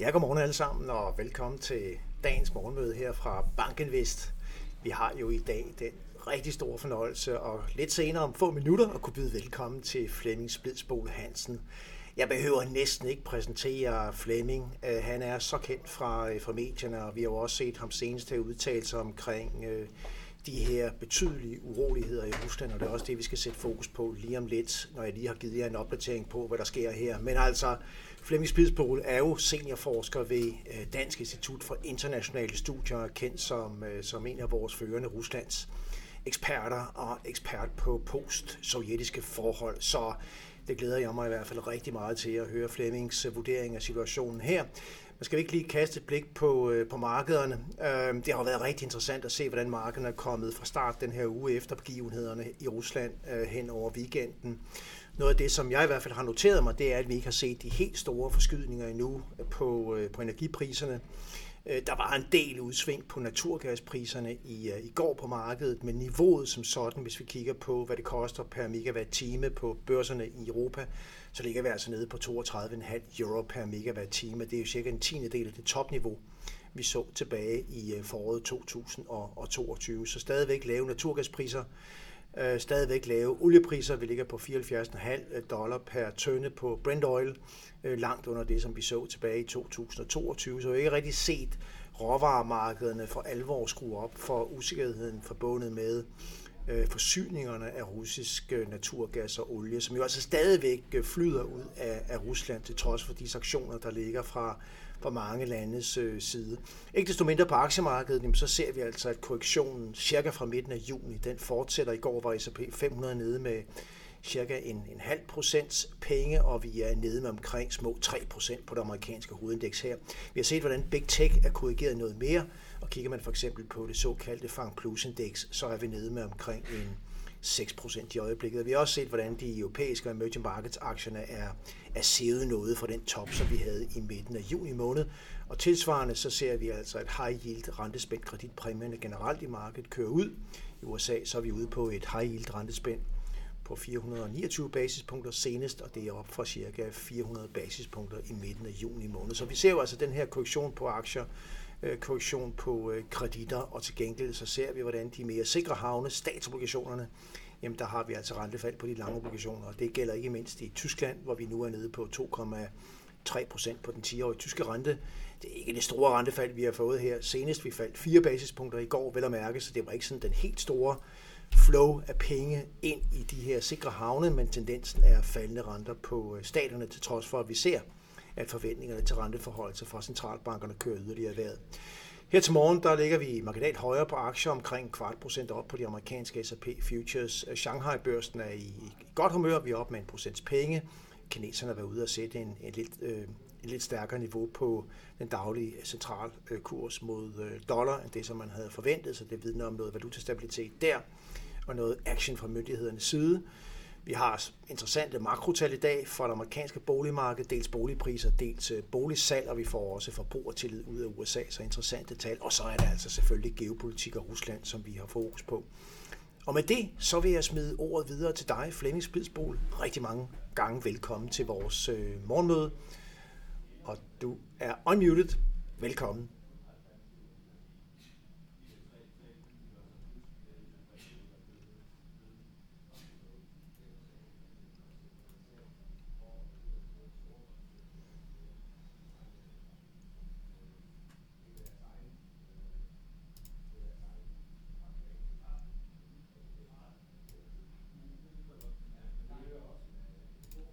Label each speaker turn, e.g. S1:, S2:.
S1: Ja, godmorgen alle sammen, og velkommen til dagens morgenmøde her fra BankInvest. Vi har jo i dag den rigtig store fornøjelse, og lidt senere om få minutter, at kunne byde velkommen til Flemming Splidsboel Hansen. Jeg behøver næsten ikke præsentere Flemming. Han er så kendt fra medierne, og vi har jo også set ham senest have udtalelser omkring de her betydelige uroligheder i Rusland, og det er også det, vi skal sætte fokus på lige om lidt, når jeg lige har givet jer en opdatering på, hvad der sker her. Men altså, Flemming Splidsboel er jo seniorforsker ved Dansk Institut for Internationale Studier, kendt som en af vores førende Ruslands eksperter og ekspert på post-sovjetiske forhold. Så det glæder jeg mig i hvert fald rigtig meget til at høre Flemmings vurdering af situationen her. Men skal vi ikke lige kaste et blik på markederne? Det har været rigtig interessant at se, hvordan markederne er kommet fra start den her uge efter begivenhederne i Rusland hen over weekenden. Noget af det, som jeg i hvert fald har noteret mig, det er, at vi ikke har set de helt store forskydninger endnu på energipriserne. Der var en del udsving på naturgaspriserne i går på markedet, men niveauet som sådan, hvis vi kigger på, hvad det koster per megawatt-time på børserne i Europa, så ligger vi altså nede på 32,5 euro per megawatt-time. Det er jo cirka en tiendedel af det topniveau, vi så tilbage i foråret 2022. Så stadigvæk lave naturgaspriser, stadigvæk lave oliepriser. Vi ligger på $74,5 per tønde på Brent Oil, langt under det, som vi så tilbage i 2022. Så vi har ikke rigtig set råvaremarkederne for alvor skrue op for usikkerheden forbundet med forsyningerne af russisk naturgas og olie, som jo altså stadigvæk flyder ud af Rusland til trods for de sanktioner, der ligger fra mange landes side. Ikke desto mindre på aktiemarkedet, så ser vi altså, at korrektionen cirka fra midten af juni, den fortsætter. I går var S&P 500 nede med cirka 0,5% penge, og vi er nede med omkring små 3% på det amerikanske hovedindeks her. Vi har set, hvordan Big Tech er korrigeret noget mere, og kigger man for eksempel på det såkaldte FANG Plus Index, så er vi nede med omkring 6% i øjeblikket. Vi har også set, hvordan de europæiske emerging markets aktierne er sævet noget fra den top, som vi havde i midten af juni måned. Og tilsvarende så ser vi altså, at high yield rentespænd kreditpræmierne generelt i markedet kører ud. I USA så er vi ude på et high yield rentespænd på 429 basispunkter senest, og det er op fra cirka 400 basispunkter i midten af juni måned. Så vi ser jo altså den her korrektion på aktier, korrektion på kreditter, og til gengæld så ser vi, hvordan de mere sikre havne, statsobligationerne, jamen der har vi altså rentefald på de lange obligationer, og det gælder ikke mindst i Tyskland, hvor vi nu er nede på 2,3% på den 10-årige tyske rente. Det er ikke det store rentefald, vi har fået her. Senest vi faldt 4 basispunkter i går, vel at mærke, så det var ikke sådan den helt store flow af penge ind i de her sikre havne, men tendensen er faldende renter på staterne, til trods for, at vi ser, at forventningerne til renteforholdelser fra centralbankerne kører yderligere i vejret. Her til morgen, der ligger vi marginalt højere på aktier, omkring 0,25% op på de amerikanske S&P Futures. Shanghai-børsen er i godt humør, vi er op med 1% penge. Kineserne har været ude og sætte en lidt stærkere niveau på den daglige centralkurs mod dollar, end det, som man havde forventet, så det vidner om noget valutastabilitet der, og noget action fra myndighedernes side. Vi har interessante makrotal i dag for det amerikanske boligmarked, dels boligpriser, dels boligsalg, og vi får også forbrugertillid ud af USA, så interessante tal. Og så er der altså selvfølgelig geopolitik og Rusland, som vi har fokus på. Og med det, så vil jeg smide ordet videre til dig, Flemming Splidsboel. Rigtig mange gange velkommen til vores morgenmøde. Og du er unmuted. Velkommen.